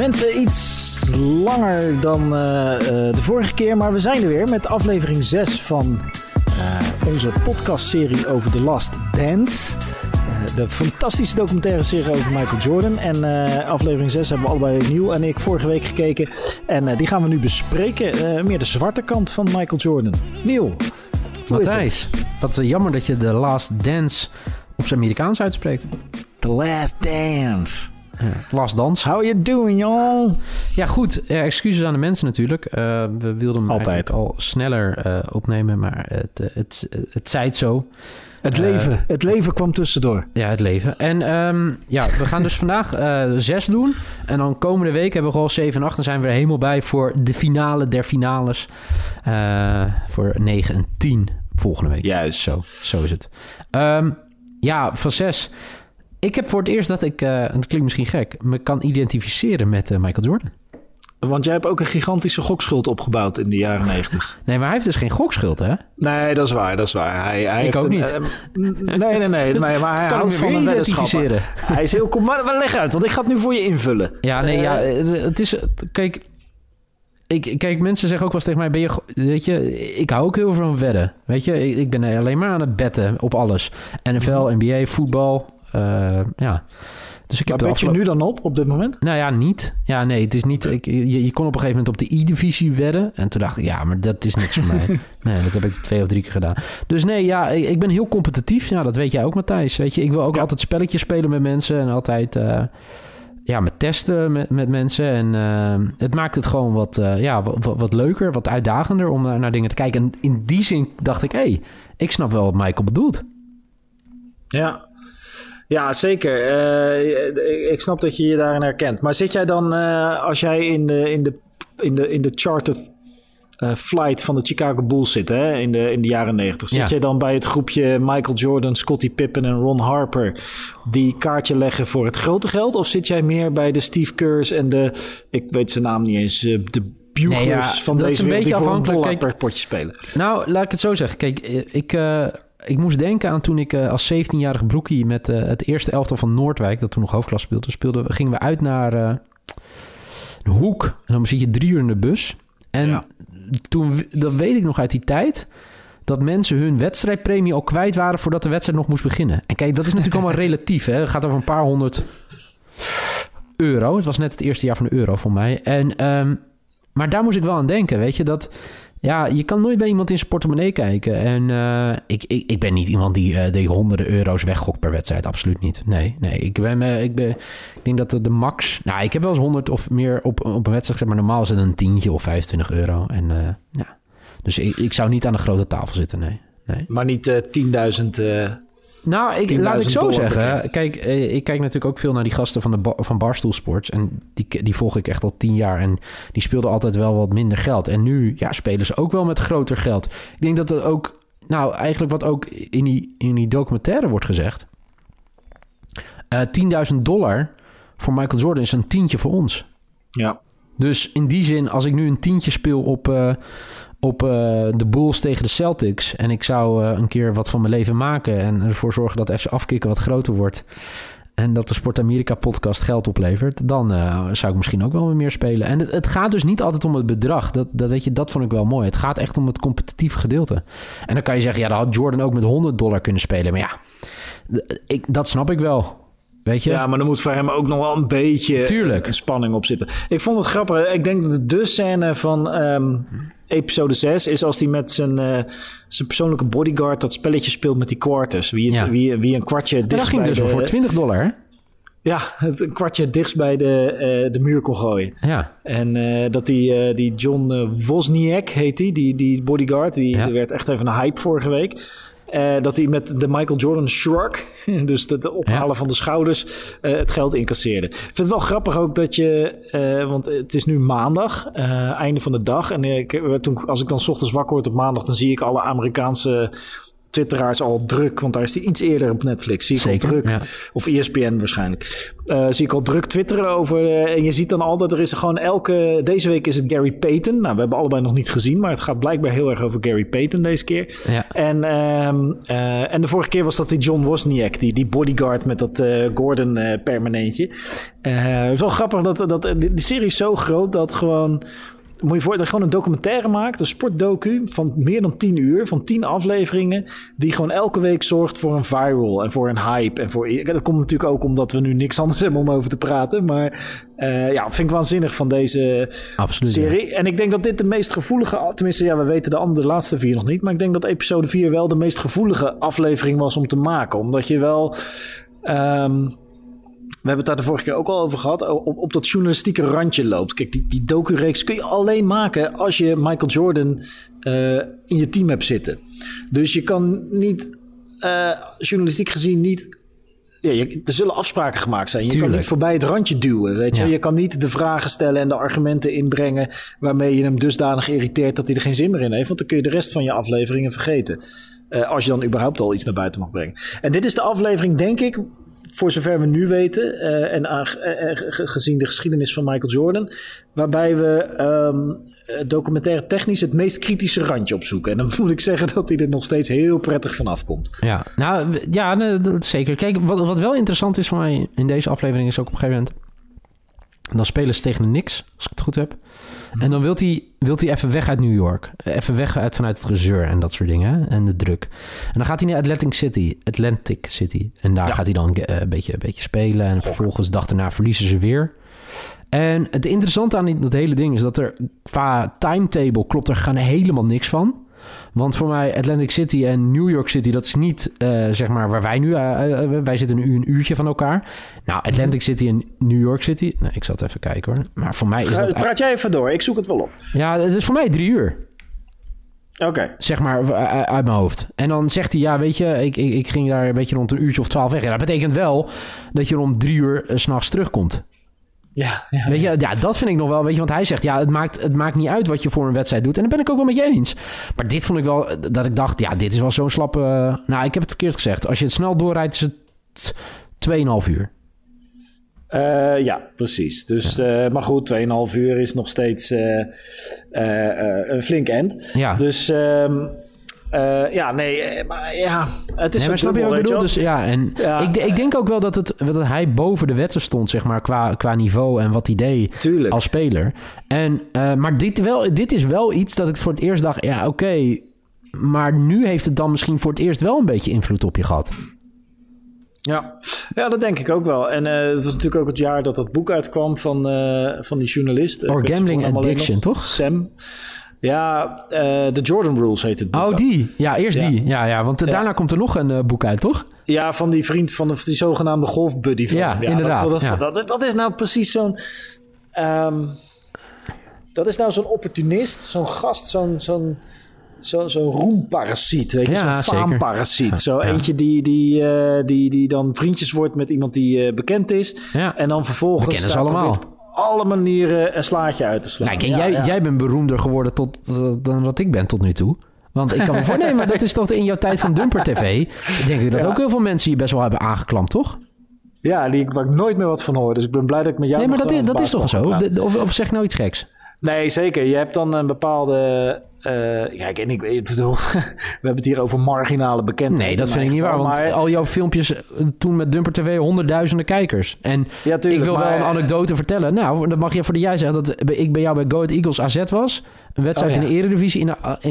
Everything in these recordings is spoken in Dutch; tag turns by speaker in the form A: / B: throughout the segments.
A: Mensen, iets langer dan de vorige keer, maar we zijn er weer met aflevering 6 van onze podcastserie over The Last Dance. De fantastische documentaire serie over Michael Jordan. En aflevering 6 hebben we allebei Neil en ik vorige week gekeken. En die gaan we nu bespreken. Meer de zwarte kant van Michael Jordan. Neil,
B: Matthijs, wat jammer dat je The Last Dance op zijn Amerikaans uitspreekt.
A: The Last Dance.
B: Last Dance.
A: How you doing, y'all?
B: Ja, goed. Excuses aan de mensen natuurlijk. We wilden hem eigenlijk al sneller opnemen, maar het zei het zo.
A: Het leven kwam tussendoor.
B: Ja, het leven. En we gaan dus vandaag 6 doen. En dan komende week hebben we gewoon 7 en 8. Dan zijn we er helemaal bij voor de finale der finales. Voor 9 en 10 volgende week.
A: Juist.
B: Zo is het. Van 6. Ik heb voor het eerst dat ik, en dat klinkt misschien gek, me kan identificeren met Michael Jordan.
A: Want jij hebt ook een gigantische gokschuld opgebouwd in de jaren 90.
B: Nee, maar hij heeft dus geen gokschuld, hè?
A: Nee, dat is waar. Hij
B: ik ook niet.
A: Nee. Maar hij houdt van een weddenschap. Hij is heel cool. Maar leg uit, want ik ga het nu voor je invullen.
B: Ja, het is... Kijk, mensen zeggen ook wel eens tegen mij... weet je, ik hou ook heel veel van wedden. Weet je, ik ben alleen maar aan het betten op alles. NFL, NBA, voetbal... Dus ik heb
A: bet je nu dan op dit moment?
B: Nou ja, niet. Ja, nee, het is niet... Je kon op een gegeven moment op de E-divisie wedden. En toen dacht ik, ja, maar dat is niks voor mij. Nee, dat heb ik 2 of 3 keer gedaan. Dus nee, ja, ik ben heel competitief. Ja, dat weet jij ook, Matthijs. Weet je, ik wil ook altijd spelletjes spelen met mensen. En altijd met testen met mensen. En het maakt het gewoon wat leuker, wat uitdagender om naar dingen te kijken. En in die zin dacht ik, ik snap wel wat Michael bedoelt.
A: Ja, zeker. Ik snap dat je je daarin herkent. Maar zit jij dan, als jij in de chartered flight van de Chicago Bulls zit, hè, in de jaren 90, zit jij dan bij het groepje Michael Jordan, Scottie Pippen en Ron Harper die kaartje leggen voor het grote geld? Of zit jij meer bij de Steve Kerrs en ik weet zijn naam niet eens, de Buglers van deze wereld die voor $1 per potje spelen?
B: Nou, laat ik het zo zeggen. Kijk, ik moest denken aan toen ik als 17-jarige broekie met het eerste elftal van Noordwijk, dat toen nog hoofdklasse speelde, gingen we uit naar een hoek. En dan zit je 3 uur in de bus. En toen, dat weet ik nog uit die tijd, dat mensen hun wedstrijdpremie al kwijt waren voordat de wedstrijd nog moest beginnen. En kijk, dat is natuurlijk allemaal relatief. Hè? Het gaat over een paar €100. Het was net het eerste jaar van de euro voor mij. Maar daar moest ik wel aan denken, weet je, dat... Ja, je kan nooit bij iemand in zijn portemonnee kijken. En ik ben niet iemand die honderden euro's weggokt per wedstrijd. Absoluut niet. Nee. Ik denk dat de max... Nou, ik heb wel eens 100 of meer op een wedstrijd gezet, maar normaal is het een tientje of €25. En dus ik zou niet aan de grote tafel zitten, nee.
A: Maar niet 10.000...
B: Nou, laat ik zo zeggen. Kijk, ik kijk natuurlijk ook veel naar die gasten van Barstool Sports. En die volg ik echt al 10 jaar. En die speelden altijd wel wat minder geld. En nu spelen ze ook wel met groter geld. Ik denk dat het ook... Nou, eigenlijk wat ook in die documentaire wordt gezegd. $10.000 voor Michael Jordan is een tientje voor ons.
A: Ja.
B: Dus in die zin, als ik nu een tientje speel op de Bulls tegen de Celtics en ik zou een keer wat van mijn leven maken en ervoor zorgen dat FC Afkikken wat groter wordt en dat de Sport Amerika podcast geld oplevert, dan zou ik misschien ook wel weer meer spelen. En het gaat dus niet altijd om het bedrag. Dat weet je, dat vond ik wel mooi. Het gaat echt om het competitieve gedeelte. En dan kan je zeggen, ja, dan had Jordan ook met $100 kunnen spelen. Maar ja, dat snap ik wel. Weet je?
A: Ja, maar er moet voor hem ook nog wel een beetje spanning op zitten. Ik vond het grappig. Ik denk dat de scène van episode 6 is als hij met zijn persoonlijke bodyguard dat spelletje speelt met die quarters. Wie een kwartje dichtst
B: dat ging dus voor $20, hè?
A: Ja, een kwartje dichtst bij de muur kon gooien.
B: Ja.
A: En dat die John Wozniak heet die bodyguard. Die werd echt even een hype vorige week. Dat hij met de Michael Jordan shrug, dus het ophalen van de schouders, het geld incasseerde. Ik vind het wel grappig ook dat je, want het is nu maandag, einde van de dag. En als ik dan 's ochtends wakker word op maandag, dan zie ik alle Amerikaanse twitteraars al druk, want daar is hij iets eerder op Netflix. Zie ik
B: Zeker,
A: al druk,
B: ja.
A: of ESPN waarschijnlijk. Zie ik al druk twitteren over. En je ziet dan altijd, er is gewoon deze week is het Gary Payton. Nou, we hebben allebei nog niet gezien, maar het gaat blijkbaar heel erg over Gary Payton deze keer. Ja. En de vorige keer was dat die John Wozniak, die bodyguard met dat Gordon permanentje. Het is wel grappig dat die serie is zo groot dat gewoon... Moet je voor dat je gewoon een documentaire maakt, een sportdocu van meer dan 10 uur, van 10 afleveringen, die gewoon elke week zorgt voor een viral en voor een hype. Dat komt natuurlijk ook omdat we nu niks anders hebben om over te praten, maar vind ik waanzinnig van deze serie. Ja. En ik denk dat dit de meest gevoelige, tenminste we weten de laatste 4 nog niet, maar ik denk dat episode 4 wel de meest gevoelige aflevering was om te maken, omdat je wel... We hebben het daar de vorige keer ook al over gehad. Op dat journalistieke randje loopt. Kijk, die docu-reeks kun je alleen maken als je Michael Jordan in je team hebt zitten. Dus je kan niet, journalistiek gezien niet... Ja, er zullen afspraken gemaakt zijn. Je kan niet voorbij het randje duwen, weet je. Ja. Je kan niet de vragen stellen en de argumenten inbrengen waarmee je hem dusdanig irriteert dat hij er geen zin meer in heeft. Want dan kun je de rest van je afleveringen vergeten. Als je dan überhaupt al iets naar buiten mag brengen. En dit is de aflevering, denk ik... Voor zover we nu weten, gezien de geschiedenis van Michael Jordan, waarbij we documentaire technisch het meest kritische randje opzoeken. En dan moet ik zeggen dat hij er nog steeds heel prettig vanaf komt.
B: Ja, zeker. Kijk, wat wel interessant is voor mij in deze aflevering is ook op een gegeven moment... Dan spelen ze tegen de Knicks, als ik het goed heb. En dan wilt hij even weg uit New York. Even weg vanuit het gezeur en dat soort dingen. Hè? En de druk. En dan gaat hij naar Atlantic City. En daar gaat hij dan een beetje spelen. En vervolgens de dag daarna verliezen ze weer. En het interessante aan dat hele ding is dat er qua timetable klopt er gaan helemaal niks van. Want voor mij Atlantic City en New York City, dat is niet zeg maar waar wij nu... wij zitten nu een uurtje van elkaar. Nou, Atlantic City en New York City... Nou, ik zal het even kijken hoor. Maar voor mij is dat...
A: Praat jij even door, ik zoek het wel op.
B: Ja, het is voor mij 3 uur.
A: Oké.
B: Zeg maar uit mijn hoofd. En dan zegt hij, ja, weet je, ik ging daar een beetje rond een uurtje of 12 weg. Ja, dat betekent wel dat je rond 3 uur 's nachts terugkomt.
A: Ja,
B: weet je, ja, dat vind ik nog wel, weet je, want hij zegt, ja, het maakt niet uit wat je voor een wedstrijd doet. En daar ben ik ook wel met je eens. Maar dit vond ik wel, dat ik dacht, ja, dit is wel zo'n slappe... Nou, ik heb het verkeerd gezegd. Als je het snel doorrijdt, is het 2,5 uur.
A: Ja, precies. Dus, maar goed, 2,5 uur is nog steeds een flink end.
B: Ja.
A: Dus... maar ja, het is
B: maar snap je wat ik bedoel? Dus, ja, en ik denk ook wel dat hij boven de wetten stond, zeg maar, qua niveau en wat hij deed als speler. En, maar dit is wel iets dat ik voor het eerst dacht, ja, oké, maar nu heeft het dan misschien voor het eerst wel een beetje invloed op je gehad.
A: Ja, dat denk ik ook wel. En het was natuurlijk ook het jaar dat dat boek uitkwam van die journalist.
B: Or Gambling Addiction, toch?
A: Sam. Ja, The Jordan Rules heet het boek.
B: Oh, die. Ja, eerst die. Ja, want daarna komt er nog een boek uit, toch?
A: Ja, van die vriend van die zogenaamde golfbuddy.
B: Ja, inderdaad.
A: Dat is nou precies zo'n... dat is nou zo'n opportunist, zo'n gast, zo'n roemparasiet, weet je, zo'n faamparasiet. Zo eentje die dan vriendjes wordt met iemand die bekend is. Ja. En dan vervolgens...
B: We kennen ze allemaal.
A: Alle manieren een slaatje uit te slaan.
B: Nou, jij bent beroemder geworden dan wat ik ben tot nu toe. Want ik kan me voornemen, maar dat is toch in jouw tijd van Dumper TV. Ik denk dat ook heel veel mensen je best wel hebben aangeklampt, toch?
A: Ja, waar ik nooit meer wat van hoor. Dus ik ben blij dat ik met jou...
B: Nee, maar dat is toch zo? Of zeg nou iets geks?
A: Nee, zeker. Je hebt dan een bepaalde... kijk, en ik bedoel... we hebben het hier over marginale bekendheid.
B: Nee, dat vind ik niet waar. Want al jouw filmpjes toen met Dumper TV... honderdduizenden kijkers. En ja, tuurlijk, ik wil wel een anekdote vertellen. Nou, dat mag je voor de jij zeggen... dat ik bij jou bij Go Ahead Eagles AZ was. Een wedstrijd in de Eredivisie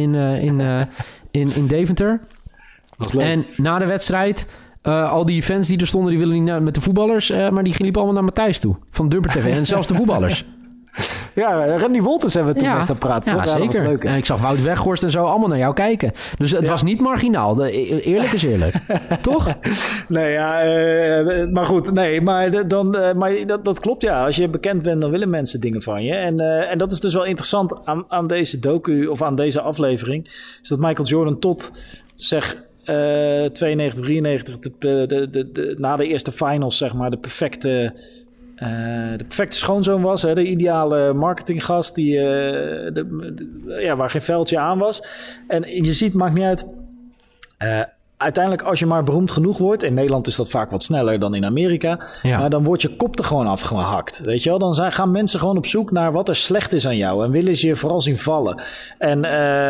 B: in Deventer.
A: Was leuk.
B: En na de wedstrijd... al die fans die er stonden... die willen niet met de voetballers... maar die liepen allemaal naar Matthijs toe. Van Dumper TV. En zelfs de voetballers.
A: Ja, Randy Wolters hebben we toen best aan praten.
B: Ja, zeker. Dat was leuk, ik zag Wout Weghorst en zo allemaal naar jou kijken. Dus het was niet marginaal. Eerlijk is eerlijk. Toch?
A: Nee, maar goed. Nee, maar dat klopt, ja. Als je bekend bent, dan willen mensen dingen van je. En dat is dus wel interessant aan deze docu of aan deze aflevering. Is dat Michael Jordan tot, zeg... 92, 93, na de eerste finals, zeg maar, de perfecte schoonzoon was. Hè, de ideale marketinggast waar geen vuiltje aan was. En je ziet, maakt niet uit... uiteindelijk als je maar beroemd genoeg wordt... in Nederland is dat vaak wat sneller dan in Amerika... maar dan wordt je kop er gewoon afgehakt. Weet je wel? Dan gaan mensen gewoon op zoek naar wat er slecht is aan jou... en willen ze je vooral zien vallen. En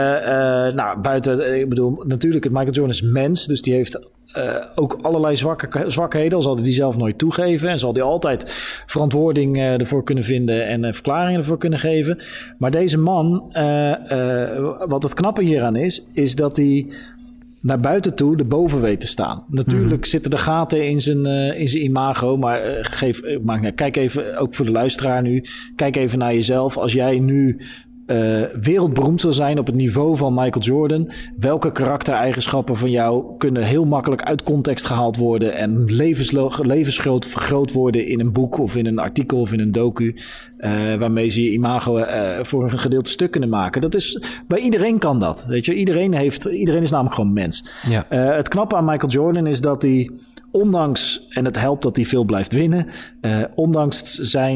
A: buiten, ik bedoel, natuurlijk, Michael Jordan is mens... dus die heeft ook allerlei zwakheden... al zal hij die zelf nooit toegeven... en zal hij altijd verantwoording ervoor kunnen vinden... en verklaringen ervoor kunnen geven. Maar deze man, wat het knappe hieraan is dat hij... naar buiten toe erboven weet te staan. Natuurlijk zitten er gaten in zijn imago, maar kijk even, ook voor de luisteraar nu, kijk even naar jezelf. Als jij nu wereldberoemd wil zijn op het niveau van Michael Jordan, welke karaktereigenschappen van jou kunnen heel makkelijk uit context gehaald worden en levensgroot vergroot worden in een boek of in een artikel of in een docu, waarmee ze je imago voor een gedeelte stuk kunnen maken. Dat is, bij iedereen kan dat. Weet je? Iedereen is namelijk gewoon mens. Ja. Het knappe aan Michael Jordan is dat hij ondanks, en het helpt dat hij veel blijft winnen, ondanks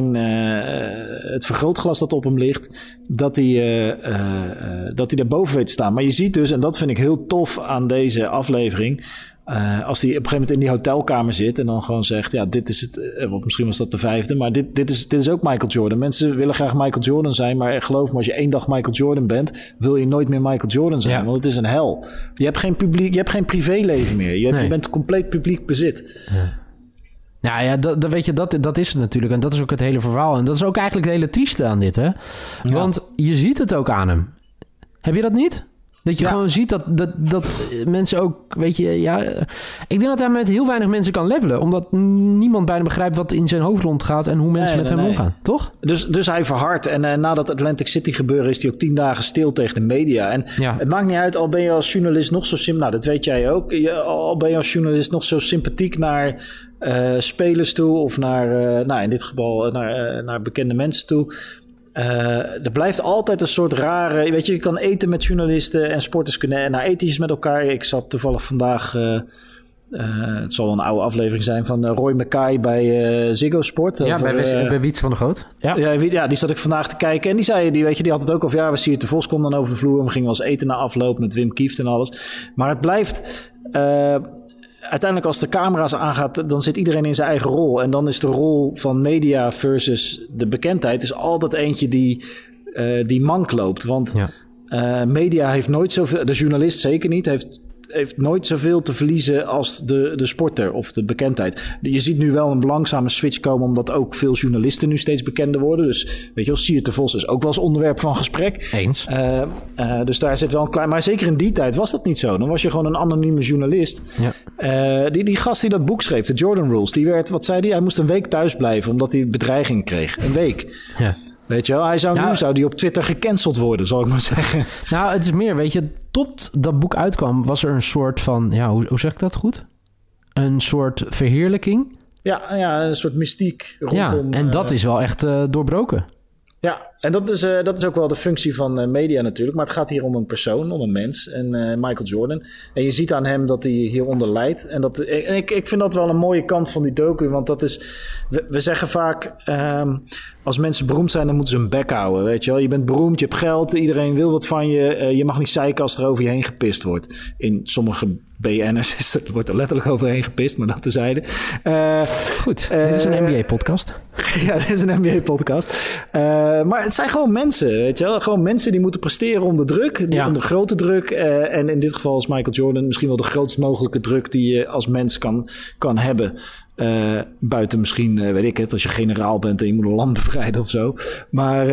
A: het vergrootglas dat op hem ligt, dat hij daarboven weet te staan. Maar je ziet dus, en dat vind ik heel tof aan deze aflevering, als hij op een gegeven moment in die hotelkamer zit en dan gewoon zegt, ja, dit is het, want misschien was dat de 5e, maar dit is ook Michael Jordan. Mensen willen graag Michael Jordan zijn, maar geloof me, als je 1 dag Michael Jordan bent, wil je nooit meer Michael Jordan zijn, want het is een hel. Je hebt geen publiek, je hebt geen privéleven meer. Je bent compleet publiek bezit.
B: Ja, weet je, dat is het natuurlijk. En dat is ook het hele verhaal. En dat is ook eigenlijk het hele trieste aan dit, hè? Ja. Want je ziet het ook aan hem. Heb je dat niet? Dat je gewoon ziet dat mensen ook, weet je, ja... Ik denk dat hij met heel weinig mensen kan levelen. Omdat niemand bijna begrijpt wat in zijn hoofd rondgaat en hoe mensen met hem omgaan, toch?
A: Dus hij verhardt. En na dat Atlantic City gebeuren is hij ook 10 dagen stil tegen de media. En het maakt niet uit, al ben je als journalist nog zo nou, dat weet jij ook. Al ben je als journalist nog zo sympathiek naar spelers toe of naar, in dit geval, naar bekende mensen toe... er blijft altijd een soort rare... Weet je kan eten met journalisten en sporters kunnen naar etentjes met elkaar. Ik zat toevallig vandaag... het zal wel een oude aflevering zijn van Roy McKay bij Ziggo Sport.
B: Ja, bij Wiets van der Goot.
A: Ja, die zat ik vandaag te kijken. En die zei, die had het ook over... Ja, Siert de Vos komt dan over de vloer. We gingen wel eens eten na afloop met Wim Kieft en alles. Maar het blijft... uiteindelijk als de camera's aangaat, dan zit iedereen in zijn eigen rol. En dan is de rol van media versus de bekendheid is altijd eentje die mank loopt. Want media heeft nooit zoveel... De journalist zeker niet, heeft nooit zoveel te verliezen als de sporter of de bekendheid. Je ziet nu wel een langzame switch komen, omdat ook veel journalisten nu steeds bekender worden. Dus weet je wel, Siert de Vos is ook wel eens onderwerp van gesprek.
B: Eens.
A: Dus daar zit wel een klein... Maar zeker in die tijd was dat niet zo. Dan was je gewoon een anonieme journalist. Ja. Die gast die dat boek schreef, de Jordan Rules, die werd, wat zei hij? Hij moest een week thuis blijven, omdat hij bedreiging kreeg. Een week. Ja. Weet je wel, nu zou die op Twitter gecanceld worden, zal ik maar zeggen.
B: Nou, het is meer, weet je, tot dat boek uitkwam, was er een soort van, hoe zeg ik dat goed? Een soort verheerlijking.
A: Ja, een soort mystiek rondom.
B: Ja, en dat is wel echt doorbroken.
A: Ja, en dat is ook wel de functie van media natuurlijk. Maar het gaat hier om een persoon, om een mens. En Michael Jordan. En je ziet aan hem dat hij hieronder lijdt. En ik vind dat wel een mooie kant van die docu. Want dat is... We zeggen vaak... als mensen beroemd zijn, dan moeten ze hun bek houden. Weet je wel? Je bent beroemd, je hebt geld. Iedereen wil wat van je. Je mag niet zeiken als er over je heen gepist wordt. In sommige BN'ers wordt er letterlijk overheen gepist. Maar dat tezijde.
B: Goed, dit is een NBA-podcast.
A: Ja, dit is een NBA-podcast. Maar het zijn gewoon mensen, weet je wel. Gewoon mensen die moeten presteren onder druk. Onder grote druk. En in dit geval is Michael Jordan misschien wel de grootst mogelijke druk die je als mens kan hebben. Buiten misschien, weet ik het, als je generaal bent en je moet een land bevrijden of zo. Maar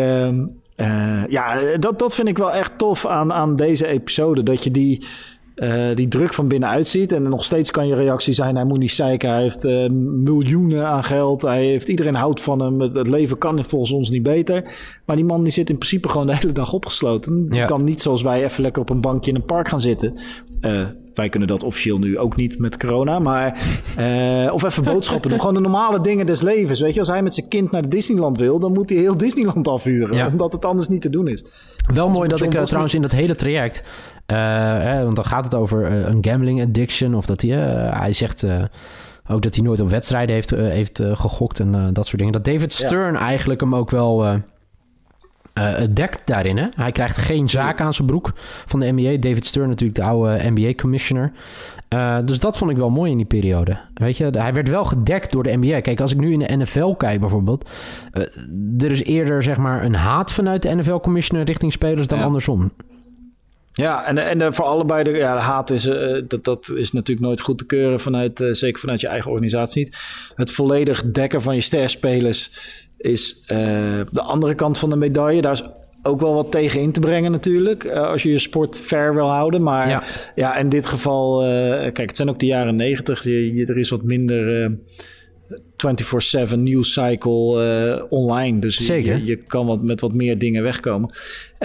A: dat vind ik wel echt tof aan deze episode. Dat je die druk van binnenuit ziet. En nog steeds kan je reactie zijn, hij moet niet zeiken. Hij heeft miljoenen aan geld. Iedereen houdt van hem. Het leven kan volgens ons niet beter. Maar die man die zit in principe gewoon de hele dag opgesloten. Die kan niet zoals wij even lekker op een bankje in een park gaan zitten. Wij kunnen dat officieel nu ook niet met corona. Maar of even boodschappen doen. Gewoon de normale dingen des levens. Weet je, als hij met zijn kind naar Disneyland wil, dan moet hij heel Disneyland afhuren. Ja. Omdat het anders niet te doen is.
B: Wel mooi dat ik trouwens in dat hele traject... want dan gaat het over een gambling addiction. Of dat hij zegt ook dat hij nooit op wedstrijden heeft gegokt en dat soort dingen. Dat David Stern eigenlijk hem ook wel het dekt daarin. Hè? Hij krijgt geen zaak aan zijn broek van de NBA. David Stern natuurlijk, de oude NBA-commissioner. Dus dat vond ik wel mooi in die periode. Weet je, hij werd wel gedekt door de NBA. Kijk, als ik nu in de NFL kijk bijvoorbeeld... er is eerder zeg maar een haat vanuit de NFL-commissioner richting spelers dan andersom.
A: Ja, en voor allebei de haat is... dat is natuurlijk nooit goed te keuren zeker vanuit je eigen organisatie niet. Het volledig dekken van je sterspelers is de andere kant van de medaille. Daar is ook wel wat tegen in te brengen natuurlijk. Als je je sport fair wil houden. Maar ja in dit geval... kijk, het zijn ook de jaren 90. Er is wat minder... 24/7 news cycle online. Dus je kan met wat meer dingen wegkomen.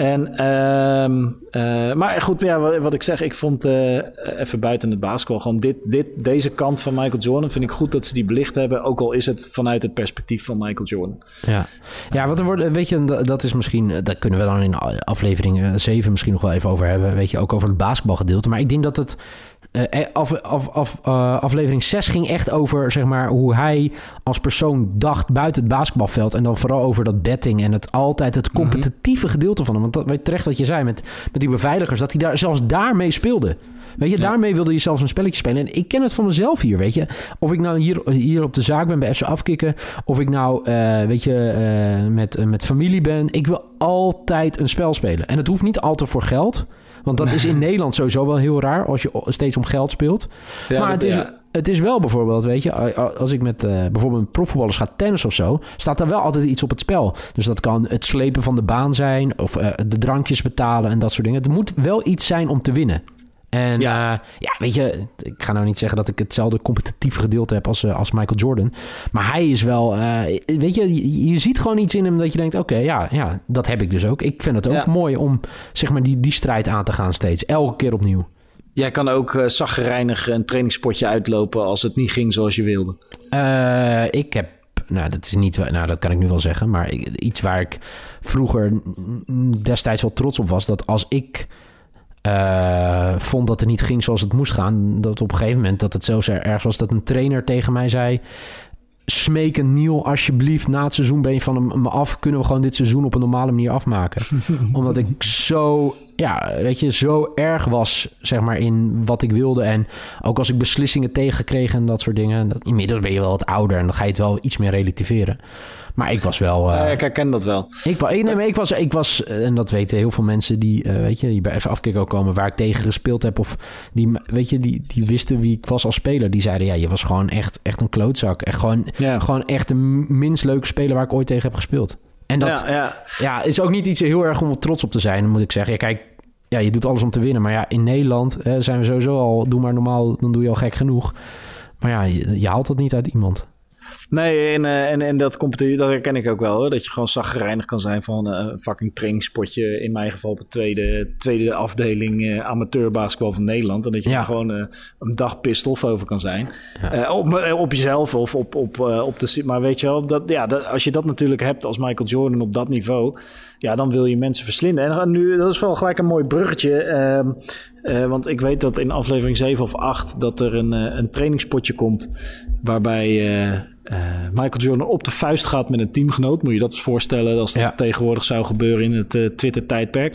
A: Maar goed, wat ik zeg, ik vond even buiten het basketbal gewoon deze kant van Michael Jordan vind ik goed dat ze die belicht hebben. Ook al is het vanuit het perspectief van Michael Jordan.
B: Ja, wat er wordt, weet je, dat is misschien, daar kunnen we dan in aflevering 7 misschien nog wel even over hebben. Weet je, ook over het basketbalgedeelte. Maar ik denk dat het aflevering 6 ging echt over zeg maar hoe hij als persoon dacht buiten het basketbalveld en dan vooral over dat betting en het competitieve gedeelte van hem. Want weet terecht wat je zei met die beveiligers, dat hij daar zelfs daarmee speelde. Weet je, daarmee wilde je zelfs een spelletje spelen. En ik ken het van mezelf hier, weet je. Of ik nou hier op de zaak ben bij FC Afkikken, of ik nou, met familie ben. Ik wil altijd een spel spelen. En het hoeft niet altijd voor geld. Want dat is in Nederland sowieso wel heel raar als je steeds om geld speelt. Ja, maar het is wel bijvoorbeeld, weet je, als ik met bijvoorbeeld profvoetballers ga tennis of zo, staat er wel altijd iets op het spel. Dus dat kan het slepen van de baan zijn of de drankjes betalen en dat soort dingen. Het moet wel iets zijn om te winnen. En weet je, ik ga nou niet zeggen dat ik hetzelfde competitieve gedeelte heb als Michael Jordan. Maar hij is wel, weet je ziet gewoon iets in hem dat je denkt, oké, dat heb ik dus ook. Ik vind het ook mooi om, zeg maar, die strijd aan te gaan steeds. Elke keer opnieuw. Jij
A: kan ook zaggerijnig een trainingspotje uitlopen als het niet ging zoals je wilde.
B: Ik heb... dat is niet... dat kan ik nu wel zeggen. Maar iets waar ik vroeger destijds wel trots op was, dat als ik vond dat het niet ging zoals het moest gaan, dat op een gegeven moment dat het zo erg was dat een trainer tegen mij zei, smeken Neil alsjeblieft, na het seizoen ben je van me af, kunnen we gewoon dit seizoen op een normale manier afmaken. Omdat ik zo erg was, zeg maar, in wat ik wilde. En ook als ik beslissingen tegenkreeg en dat soort dingen. Inmiddels ben je wel wat ouder en dan ga je het wel iets meer relativeren. Maar ik was wel...
A: ik herken dat wel.
B: Ik was, en dat weten heel veel mensen die, die bij FC Afkikken ook komen, waar ik tegen gespeeld heb, of die wisten wie ik was als speler. Die zeiden, je was gewoon echt een klootzak. Echt gewoon echt de minst leuke speler waar ik ooit tegen heb gespeeld. En dat is ook niet iets heel erg om trots op te zijn, moet ik zeggen. Ja, kijk, je doet alles om te winnen. Maar in Nederland zijn we sowieso al, doe maar normaal, dan doe je al gek genoeg. Maar je haalt dat niet uit iemand.
A: Nee, en dat herken ik ook wel. Hoor. Dat je gewoon zaggerijnig kan zijn van een fucking trainingspotje. In mijn geval op de tweede afdeling amateurbasketbal van Nederland. En dat je gewoon een dag pissed off over kan zijn. Ja. Op jezelf of op de... Maar weet je wel, als je dat natuurlijk hebt als Michael Jordan op dat niveau, dan wil je mensen verslinden. En nu, dat is wel gelijk een mooi bruggetje. Want ik weet dat in aflevering 7 of 8 dat er een trainingspotje komt waarbij Michael Jordan op de vuist gaat met een teamgenoot. Moet je dat eens voorstellen als dat tegenwoordig zou gebeuren in het Twitter-tijdperk.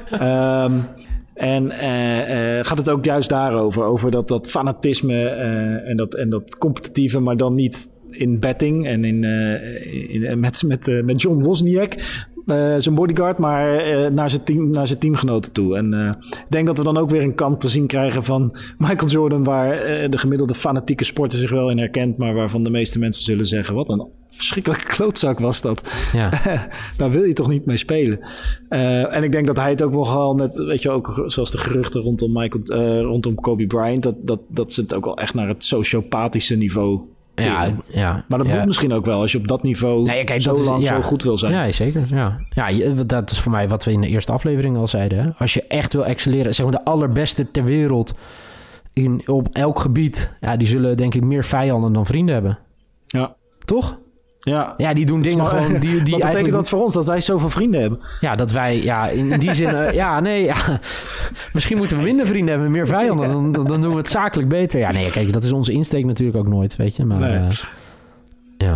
A: Gaat het ook juist daarover, over dat fanatisme en dat competitieve, maar dan niet in betting en met John Wozniak, zijn bodyguard, maar naar zijn teamgenoten toe. En ik denk dat we dan ook weer een kant te zien krijgen van Michael Jordan, waar de gemiddelde fanatieke sporter zich wel in herkent, maar waarvan de meeste mensen zullen zeggen, wat een verschrikkelijke klootzak was dat. Ja. Daar wil je toch niet mee spelen. En ik denk dat hij het ook nogal net, weet je, ook zoals de geruchten rondom Kobe Bryant, dat ze het ook wel echt naar het sociopathische niveau. Ja. Maar dat moet misschien ook wel, als je op dat niveau zo goed wil zijn.
B: Ja, zeker. Ja, dat is voor mij wat we in de eerste aflevering al zeiden. Hè? Als je echt wil excelleren, zeg maar de allerbeste ter wereld op elk gebied, die zullen denk ik meer vijanden dan vrienden hebben. Ja. Toch? Ja, die doen dingen gewoon... Wat
A: betekent dat voor ons, dat wij zoveel vrienden hebben?
B: Ja, dat wij... Ja, in die zin... Misschien moeten we minder vrienden hebben, meer vijanden. Dan doen we het zakelijk beter. Ja, nee, kijk, dat is onze insteek natuurlijk ook nooit, weet je. Maar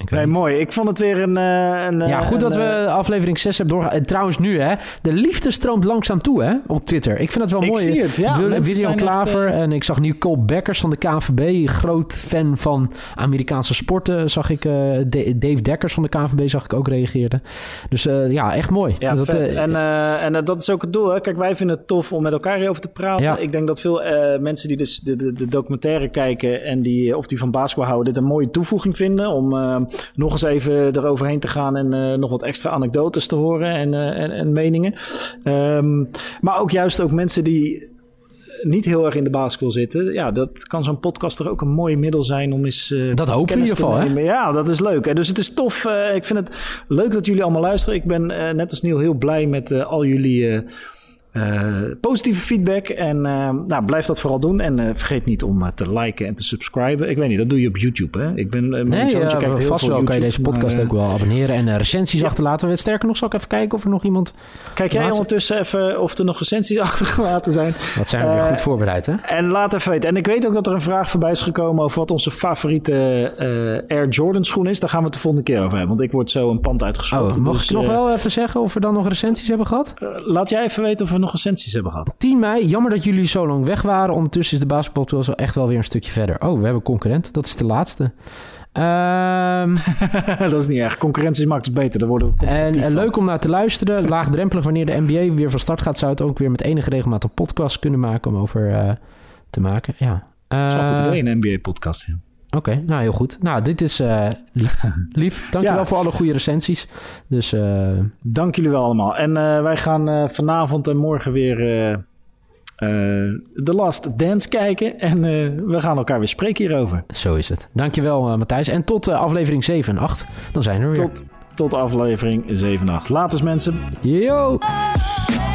A: Nee, mooi. Ik vond het weer een
B: goed dat we aflevering 6 hebben doorgegaan. En trouwens nu, hè. De liefde stroomt langzaam toe, hè. Op Twitter. Ik vind het wel mooi.
A: Ik zie het, ja.
B: William Klaver. En ik zag Nicole Bekkers van de KNVB. Groot fan van Amerikaanse sporten. Zag ik Dave Dekkers van de KNVB zag ik ook reageerde. Dus echt mooi.
A: Ja, en dat is ook het doel, hè. Kijk, wij vinden het tof om met elkaar hierover te praten. Ja. Ik denk dat veel mensen die dus de documentaire kijken en die van basketbal houden, dit een mooie toevoeging vinden om nog eens even eroverheen te gaan en nog wat extra anekdotes te horen en meningen. Maar ook juist ook mensen die niet heel erg in de basketbal zitten. Ja, dat kan zo'n podcast er ook een mooi middel zijn om eens
B: dat hopen we in ieder geval, hè?
A: Ja, dat is leuk. Hè? Dus het is tof. Ik vind het leuk dat jullie allemaal luisteren. Ik ben net als Neil heel blij met al jullie positieve feedback. En blijf dat vooral doen. En vergeet niet om te liken en te subscriben. Ik weet niet, dat doe je op YouTube, hè? Mijn zoontje kijkt heel
B: vast
A: veel
B: wel.
A: YouTube,
B: Kan je deze podcast ook wel abonneren en recensies achterlaten. Sterker nog, zal ik even kijken of er nog iemand...
A: Kijk jij ondertussen even of er nog recensies achtergelaten zijn.
B: Dat zijn we weer goed voorbereid, hè?
A: En laat even weten. En ik weet ook dat er een vraag voorbij is gekomen over wat onze favoriete Air Jordan schoen is. Daar gaan we het de volgende keer over hebben. Want ik word zo een pand uitgeschoten.
B: Mag ik nog wel even zeggen of we dan nog recensies hebben gehad?
A: Laat jij even weten of we nog recensies hebben gehad.
B: 10 mei, jammer dat jullie zo lang weg waren. Ondertussen is de basketbaltour zo echt wel weer een stukje verder. Oh, we hebben een concurrent. Dat is de laatste.
A: Dat is niet erg. Concurrentie maakt het beter. Daar worden we
B: en leuk om naar te luisteren. Laagdrempelig wanneer de NBA weer van start gaat, zou het ook weer met enige regelmaat een podcast kunnen maken om over te maken. Ja.
A: Dat is wel goed idee, een NBA-podcast. Ja.
B: Oké, nou heel goed. Nou, dit is lief. Dankjewel voor alle goede recensies. Dus,
A: dank jullie wel allemaal. En wij gaan vanavond en morgen weer The Last Dance kijken. En we gaan elkaar weer spreken hierover.
B: Zo is het. Dankjewel Matthijs. En tot aflevering 7 en 8. Dan zijn we weer.
A: Tot aflevering 7 en 8. Later mensen.
B: Yo!